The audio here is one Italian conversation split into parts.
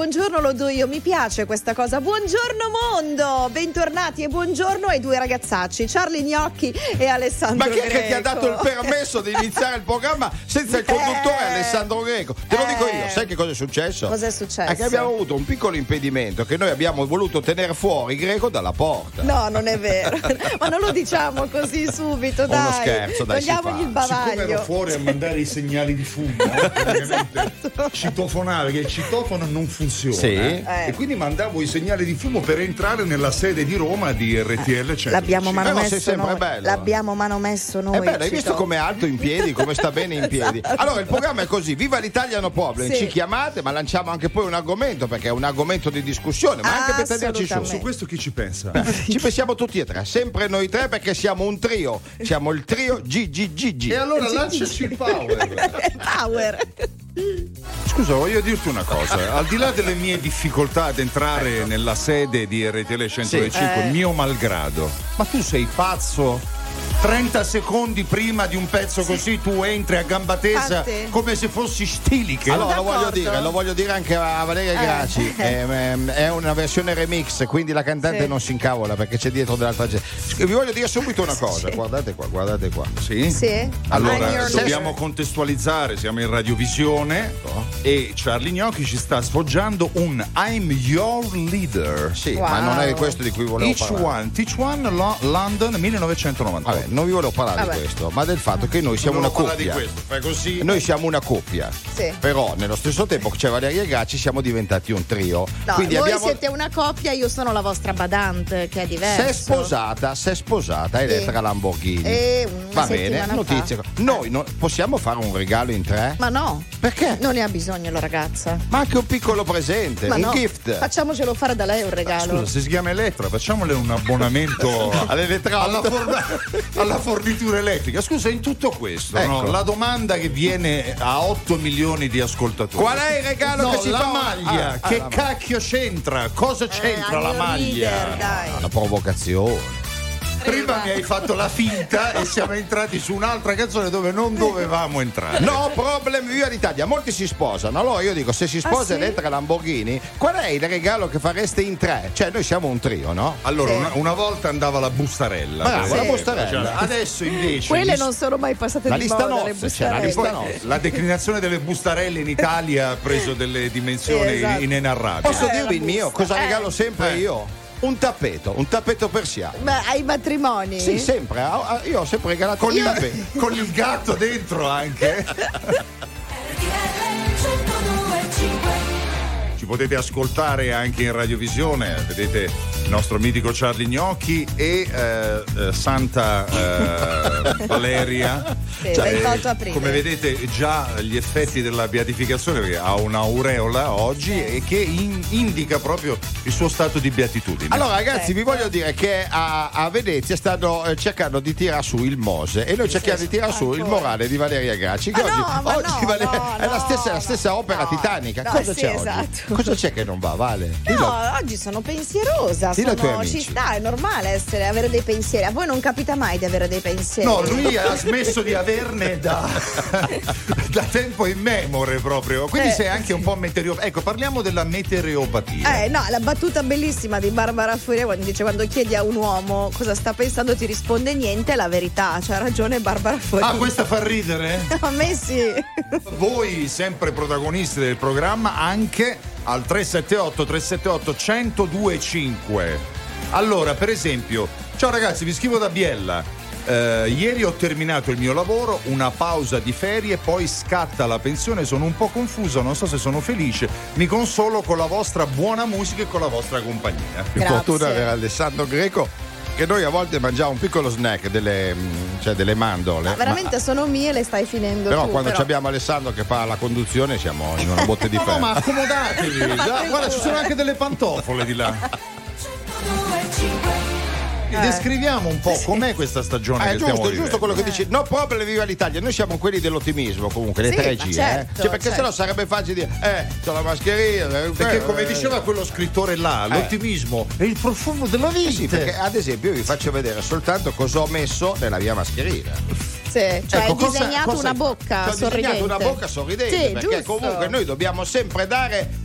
buongiorno lo do io, mi piace questa cosa. Buongiorno mondo, bentornati e buongiorno ai due ragazzacci, Charlie Gnocchi e Alessandro Greco. Ma chi è che ti ha dato il permesso di iniziare il programma senza il conduttore Alessandro Greco? Te lo dico io, sai che cosa è successo? Cos'è successo? È che abbiamo avuto un piccolo impedimento, che noi abbiamo voluto tenere fuori Greco dalla porta. No, non è vero. Ma non lo diciamo così subito, dai. Uno scherzo, dai, togliamogli il Siccome ero bavaglio. fuori a mandare i segnali di fumo, praticamente citofonare, che il citofono non funziona, Sì. e quindi mandavo i segnali di fumo per entrare nella sede di Roma di RTL 105. L'abbiamo manomesso sei sempre noi. bello. L'abbiamo manomesso noi. È bello, hai visto com'è alto in piedi, come sta bene in piedi. Esatto. Allora il programma è così, viva l'Italia no problem, Sì. ci chiamate, ma lanciamo anche poi un argomento, perché è un argomento di discussione, ma anche per tenerci su. Su questo chi ci pensa? Ci pensiamo tutti e tre, sempre noi tre, perché siamo un trio, siamo il trio GGGG. E allora lanciaci il power. Power. Scusa, voglio dirti una cosa, al di là delle mie difficoltà ad entrare nella sede di RTL 105, mio malgrado, ma tu sei pazzo? 30 secondi prima di un pezzo così tu entri a gamba tesa Tante. come se fossi Stiliche. Allora d'accordo. lo voglio dire anche a Valeria Graci, è una versione remix, quindi la cantante Sì. non si incavola perché c'è dietro dell'altra gente. Vi voglio dire subito una cosa, Sì. guardate qua. Sì? Sì. I'm Allora, your dobbiamo leader. contestualizzare, siamo in radiovisione e Charlie Gnocchi ci sta sfoggiando un I'm Your Leader. Sì, Wow. ma non è questo di cui volevo parlare. Teach One, London 1998. Vabbè, non vi volevo parlare Vabbè. di questo, ma del fatto che noi siamo una Volevo parlare coppia. di questo, fai così. Noi siamo una coppia, Sì. però nello stesso tempo che c'è Valeria Graci siamo diventati un trio. No, Quindi voi abbiamo... siete una coppia, io sono la vostra badante, che è diverso. Si è sposata Elettra Lamborghini. E una Va bene, settimana notizie. fa. Noi possiamo fare un regalo in tre? Ma no. Perché? Non ne ha bisogno la ragazza. Ma anche un piccolo presente, Ma un no. gift. Facciamocelo fare da lei un regalo. Scusa, se si chiama Elettra, facciamole un abbonamento All'Elettra alla fornitura elettrica. Scusa, in tutto questo, Ecco. no? La domanda che viene a 8 milioni di ascoltatori. Qual è il regalo No, che si la fa? maglia, che la cacchio c'entra? Cosa c'entra I'm la your maglia? leader, dai. Una provocazione. Prima mi hai fatto la finta e siamo entrati su un'altra canzone dove non dovevamo entrare. No problem, viva l'Italia. Molti si sposano. Allora io dico, se si sposa sì? Elettra Lamborghini, qual è il regalo che fareste in tre? Cioè noi siamo un trio, no? Allora, Sì. una volta andava la bustarella. Bravo, per la esempio. bustarella. Cioè, adesso invece Quelle non sono mai passate La di lista moda, le nozze, c'è la bustarelle. lista nozze. la declinazione delle bustarelle in Italia ha preso delle dimensioni Sì, esatto. inenarrabili. Posso dirvi la il mio? busta. Cosa regalo sempre io? Un tappeto persiano. Ma ai matrimoni? Sì, sempre. Io ho sempre regalato un tappeto. Con il gatto dentro anche. Ci potete ascoltare anche in radiovisione, vedete il nostro mitico Charlie Gnocchi e Santa Valeria. Sì, 28 aprile. Come vedete già gli effetti della beatificazione, perché ha un'aureola oggi e che indica proprio il suo stato di beatitudine. Allora ragazzi, Ecco. vi voglio dire che a Venezia stanno cercando di tirare su il Mose e noi cerchiamo di tirare su il morale di Valeria Graci, che Ma no, oggi ma Valeria- no, è la no, stessa opera no, titanica. no, Cosa sì, c'è oggi? esatto. Cosa c'è che non va, Vale? No, oggi sono pensierosa. Dillo ai tuoi Ci amici. sta, è normale avere dei pensieri. A voi non capita mai di avere dei pensieri? No, lui ha smesso di averne da tempo in memore proprio. Quindi sei anche un po' meteoropatia. Ecco, parliamo della meteoropatia. No, la battuta bellissima di Barbara Furia quando dice quando chiedi a un uomo cosa sta pensando ti risponde niente, è la verità. C'ha ragione Barbara Furia. Ah, questa fa ridere? A me sì. Voi sempre protagonisti del programma anche al 378-378-1025. Allora, per esempio, ciao ragazzi, vi scrivo da Biella. Ieri ho terminato il mio lavoro, una pausa di ferie, poi scatta la pensione, sono un po' confuso, non so se sono felice, mi consolo con la vostra buona musica e con la vostra compagnia. Che fortuna avere Alessandro Greco, che noi a volte mangiamo un piccolo snack, delle mandorle. Ma veramente sono mie, le stai finendo Però tu. quando abbiamo Alessandro che fa la conduzione siamo in una botte di No, ferro. ma accomodatevi, guarda, ci sono anche delle pantofole di là. Descriviamo un po' com'è questa stagione che stiamo vivendo. Giusto quello che dici. No problem, viva l'Italia. Noi siamo quelli dell'ottimismo comunque, le Sì, 3G, ma certo, Cioè, perché certo. sennò sarebbe facile dire c'ho la mascherina. Perché come diceva quello scrittore là, l'ottimismo è il profumo della vita. Sì, perché ad esempio io vi faccio vedere soltanto cosa ho messo nella mia mascherina. Sì, cioè Ecco, hai disegnato una bocca Ho sorridente. disegnato una bocca sorridente, Sì, perché giusto. comunque noi dobbiamo sempre dare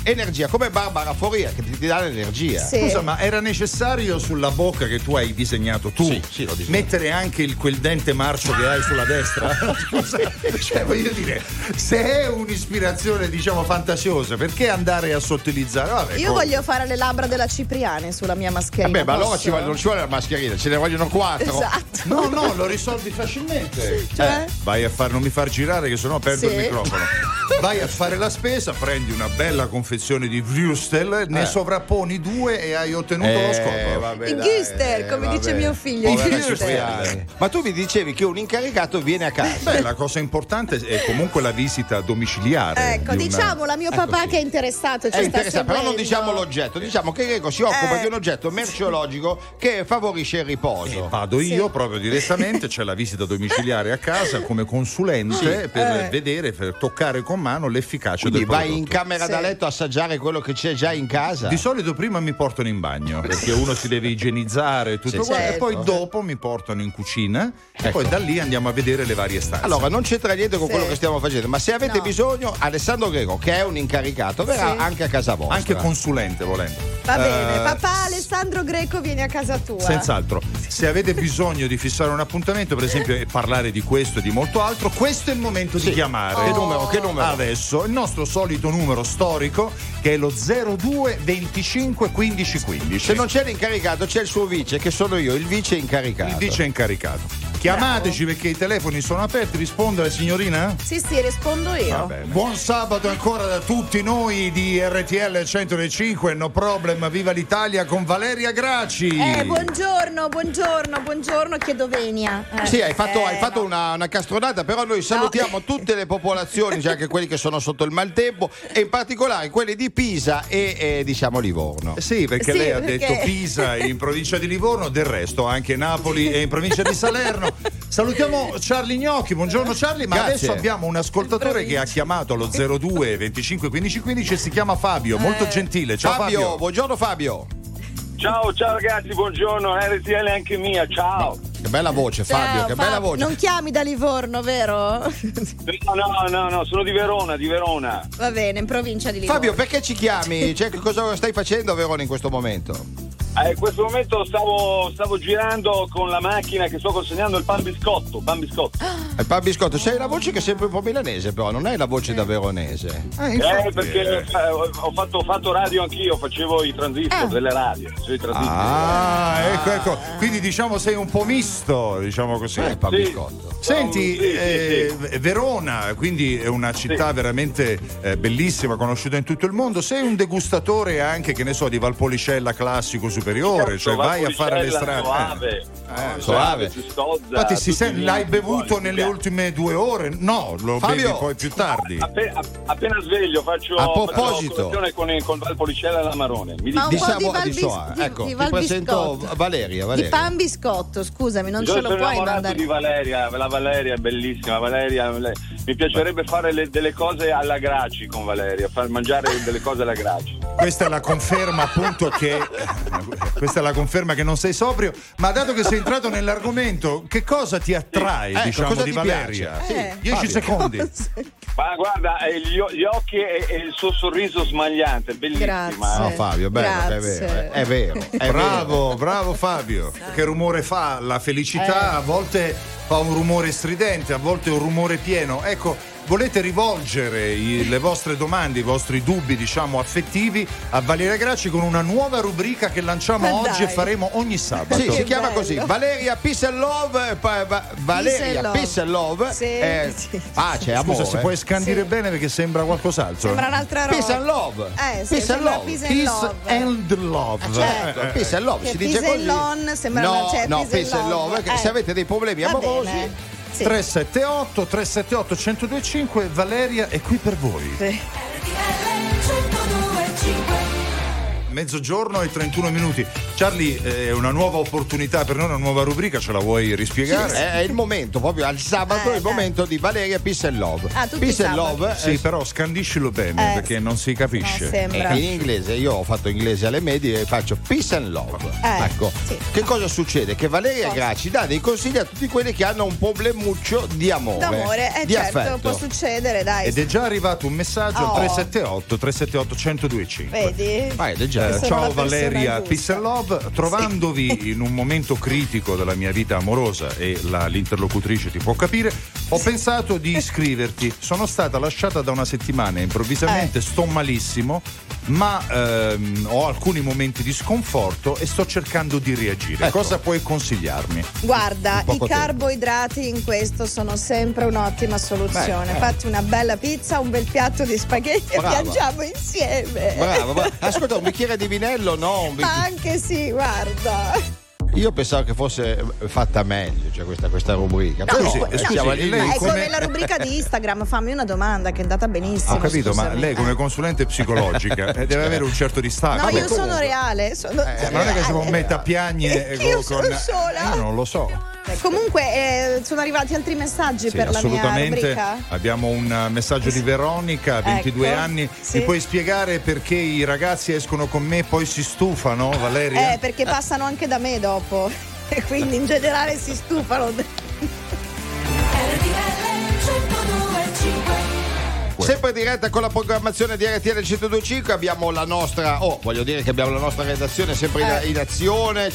energia, come Barbara Foria che ti dà l'energia. Sì. Scusa, ma era necessario sulla bocca che tu hai disegnato tu Sì, l'ho disegnato. mettere anche quel dente marcio che hai sulla destra? Scusa, cioè voglio dire, se è un'ispirazione diciamo fantasiosa, perché andare a sottilizzare? Vabbè, Io voglio fare le labbra della Cipriani sulla mia mascherina. Vabbè, ma allora posso? non ci vuole la mascherina, ce ne vogliono 4. Esatto. No, lo risolvi facilmente. Cioè? Vai a non mi far girare che sennò perdo Sì. il microfono. Vai a fare la spesa, prendi una bella confezione di Würstel, ne sovrapponi 2 e hai ottenuto lo scopo. Vabbè, I dai, Güster, come dice mio figlio, i Povera Güster. Cipriani. Ma tu mi dicevi che un incaricato viene a casa. Beh, la cosa importante è comunque la visita domiciliare. Ecco, di una- diciamolo a mio papà sì. che è interessato. È interessante, però non diciamo l'oggetto, diciamo che Greco si occupa di un oggetto merceologico che favorisce il riposo. Vado io proprio direttamente, c'è la visita domiciliare a casa come consulente per vedere, per toccare con mano l'efficacia Quindi del vai prodotto. in camera da letto a assaggiare quello che c'è già in casa. Di solito prima mi portano in bagno perché uno si deve igienizzare tutto Sì, quanto, e certo. poi dopo mi portano in cucina e Ecco. poi da lì andiamo a vedere le varie stanze. Allora, non c'entra niente con Sì. quello che stiamo facendo, ma se avete No. bisogno, Alessandro Greco, che è un incaricato, verrà Sì. anche a casa vostra. anche consulente volendo. Va bene, papà Alessandro Greco viene a casa tua. Senz'altro, se avete bisogno di fissare un appuntamento, per esempio, e parlare di questo e di molto altro, questo è il momento di chiamare. Che numero? Adesso il nostro solito numero storico che è lo 02 25 15 15. Se non c'è l'incaricato, c'è il suo vice, che sono io, il vice incaricato. il vice incaricato. Chiamateci perché i telefoni sono aperti. Risponde la signorina? Sì, rispondo io. Buon sabato ancora da tutti noi di RTL 105, no problem, viva l'Italia con Valeria Graci. Buongiorno, chiedo venia. Sì, hai fatto una castronata, però noi salutiamo tutte le popolazioni, cioè anche quelli che sono sotto il maltempo, e in particolare quelli di Pisa e diciamo Livorno. Sì, perché Sì, lei ha perché- detto Pisa in provincia di Livorno, del resto anche Napoli e in provincia di Salerno. Salutiamo Charlie Gnocchi, buongiorno Charlie, ma Grazie. adesso abbiamo un ascoltatore che ha chiamato allo 02 25 15 15 e si chiama Fabio, molto gentile. Ciao Fabio. Buongiorno Fabio. Ciao ragazzi, buongiorno, RTL anche mia, ciao. Che bella voce Fabio, Ciao, che bella voce. Non chiami da Livorno, vero? No, sono di Verona. Va bene, in provincia di Livorno. Fabio, perché ci chiami? Cioè, che cosa stai facendo a Verona in questo momento? In questo momento stavo girando con la macchina che sto consegnando il pan biscotto. Il pan biscotto, sei la voce che è sempre un po' milanese, però non è la voce da veronese. Perché ho fatto radio anch'io, facevo i transistor delle radio. Ecco. Quindi diciamo sei un po' misto, diciamo così. Il pan Sì. biscotto. Senti, Sì. Verona, quindi è una città veramente bellissima, conosciuta in tutto il mondo. Sei un degustatore anche, che ne so, di Valpolicella classico superiore, cioè vai a fare le strade. Soave. Infatti l'hai bevuto nelle ultime 2 ore? No, lo Fabio. bevi poi più tardi. Appena sveglio faccio A proposito. colazione con Valpolicella e l'Amarone. Mi Ma un dica. po' di Val Soave. Ecco, di ti presento Valbiscotto. Valeria. Di pan biscotto, scusami, non Io ce sono lo puoi innamorato mandare. di Valeria, la Valeria è bellissima, mi piacerebbe fare delle cose alla Graci con Valeria, far mangiare delle cose alla Graci. Questa è la conferma appunto che questa è la conferma che non sei sobrio, ma dato che sei entrato nell'argomento, che cosa ti attrae, diciamo, cosa di ti Valeria? piace? 10 secondi. Ma guarda, gli occhi e il suo sorriso smagliante, bellissima. Grazie. No, Fabio, bello, Grazie. è vero. Bravo Fabio. Che rumore fa la felicità? A volte fa un rumore stridente, a volte un rumore pieno. Ecco, volete rivolgere le vostre domande, i vostri dubbi, diciamo, affettivi a Valeria Graci con una nuova rubrica che lanciamo Ma oggi dai. e faremo ogni sabato. Sì, si Che chiama bello. così, Valeria Peace and Love. Valeria Peace and Love. Sì. C'è amore. Scusa, si puoi scandire bene perché sembra qualcos'altro. Sembra un'altra roba. Peace and Love. Sì, Peace and sembra Love. Peace and Peace Love. and Love. Certo. Peace and Love, Che si dice peace così. and love sembra no, una certa no, Peace and Love, che se avete dei problemi Va amorosi. bene. Sì. 378 1025 Valeria è qui per voi. Sì. mezzogiorno e 31 minuti. Charlie, è una nuova opportunità per noi, una nuova rubrica, ce la vuoi rispiegare? Sì, è il momento, proprio al sabato è il momento di Valeria Peace and Love. Peace and Love. Sì, però scandiscilo bene perché non si capisce. No, sembra. In inglese, io ho fatto inglese alle medie e faccio Peace and Love. Ecco, sì. che cosa succede? Che Valeria Gracci dà dei consigli a tutti quelli che hanno un problemuccio di amore. D'amore, di certo, affetto. può succedere, dai. Ed è già arrivato un messaggio al 378 1025. Vedi? Vai, è già. Sono Ciao la Valeria, persona Peace and Love. Trovandovi in un momento critico della mia vita amorosa e l'interlocutrice ti può capire, ho pensato di iscriverti. Sono stata lasciata da una settimana e improvvisamente sto malissimo, ma ho alcuni momenti di sconforto e sto cercando di reagire. Ecco. Cosa puoi consigliarmi? Guarda, i poco tempo. carboidrati in questo sono sempre un'ottima soluzione. Fatti una bella pizza, un bel piatto di spaghetti Brava. e piangiamo insieme. Brava. Ascolta, un bicchiere di vinello, no? Ma anche sì, guarda. Io pensavo che fosse fatta meglio, cioè questa rubrica. Però scusi, siamo lì. lei È come- come la rubrica di Instagram, fammi una domanda che è andata benissimo. Ho capito, ma scusami. lei come consulente psicologica deve avere un certo distacco. No, io comunque. sono reale. Ma non è che si può mettere a piagne Io sono sola. Io non lo so. Comunque sono arrivati altri messaggi Sì, per la mia assolutamente. rubrica. Abbiamo un messaggio di Veronica, 22 Ecco, anni. sì. Mi puoi spiegare perché i ragazzi escono con me e poi si stufano, Valeria? Perché passano anche da me dopo. E quindi in generale si stufano. Sempre in diretta con la programmazione di RTL 102.5 abbiamo la nostra, voglio dire che abbiamo la nostra redazione sempre in azione,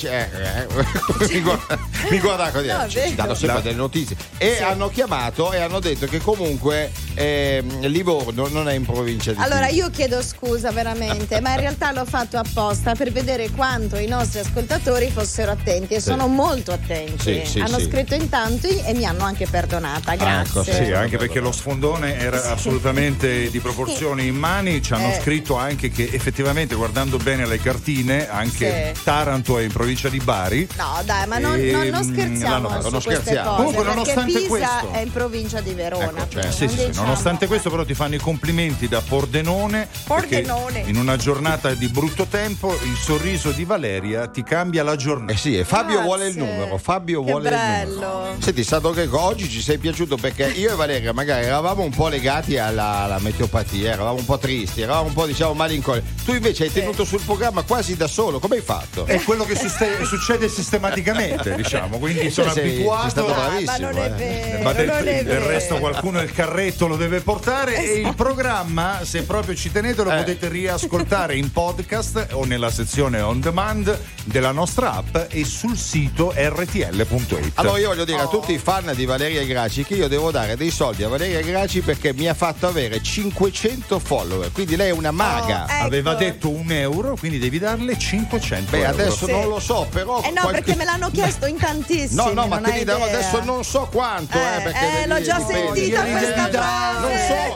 mi guarda così, No, ci danno sempre delle notizie e hanno chiamato e hanno detto che comunque Livorno non è in provincia di Allora Pisa. io chiedo scusa veramente, ma in realtà l'ho fatto apposta per vedere quanto i nostri ascoltatori fossero attenti e sono molto attenti. Sì, hanno sì. scritto in tanti e mi hanno anche perdonata, grazie. ecco, Sì, anche perché lo sfondone era assolutamente di proporzioni immani. Ci hanno scritto anche che effettivamente, guardando bene le cartine, anche Taranto è in provincia di Bari. No dai, ma non scherziamo l'hanno fatto, su non queste scherziamo. cose, Comunque, perché nonostante Pisa questo- è in provincia di Verona. Ecco, cioè, non Sì, diciamo. nonostante questo però ti fanno i complimenti da Pordenone, perché Pordenone. in una giornata di brutto tempo il sorriso di Valeria ti cambia la giornata. Sì, e Fabio Grazie. vuole il numero. Fabio Che vuole il numero. bello. Senti, stato che oggi ci sei piaciuto perché io e Valeria magari eravamo un po' legati alla meteopatia, eravamo un po' tristi, eravamo un po' diciamo malinconi. Tu invece hai tenuto sul programma quasi da solo. Come hai fatto? È quello che succede sistematicamente, diciamo, quindi sono sei abituato. stato Ma bravissimo. non è vero, Ma non è del vero. resto qualcuno il carretto lo deve portare e il programma, se proprio ci tenete, lo potete riascoltare in podcast o nella sezione on demand della nostra app e sul sito rtl.it. Allora io voglio dire a tutti i fan di Valeria Gracci che io devo dare dei soldi a Valeria Gracci perché mi ha fatto avere 500 follower, quindi lei è una maga. Ecco. Aveva detto €1, quindi devi darle 500 Beh, euro. adesso Sì. non lo so, però. No, perché me l'hanno chiesto in tantissimi. No, ma non te hai li darò idea. adesso non so quanto, perché l'ho già dipende. sentita questa Non frase. so,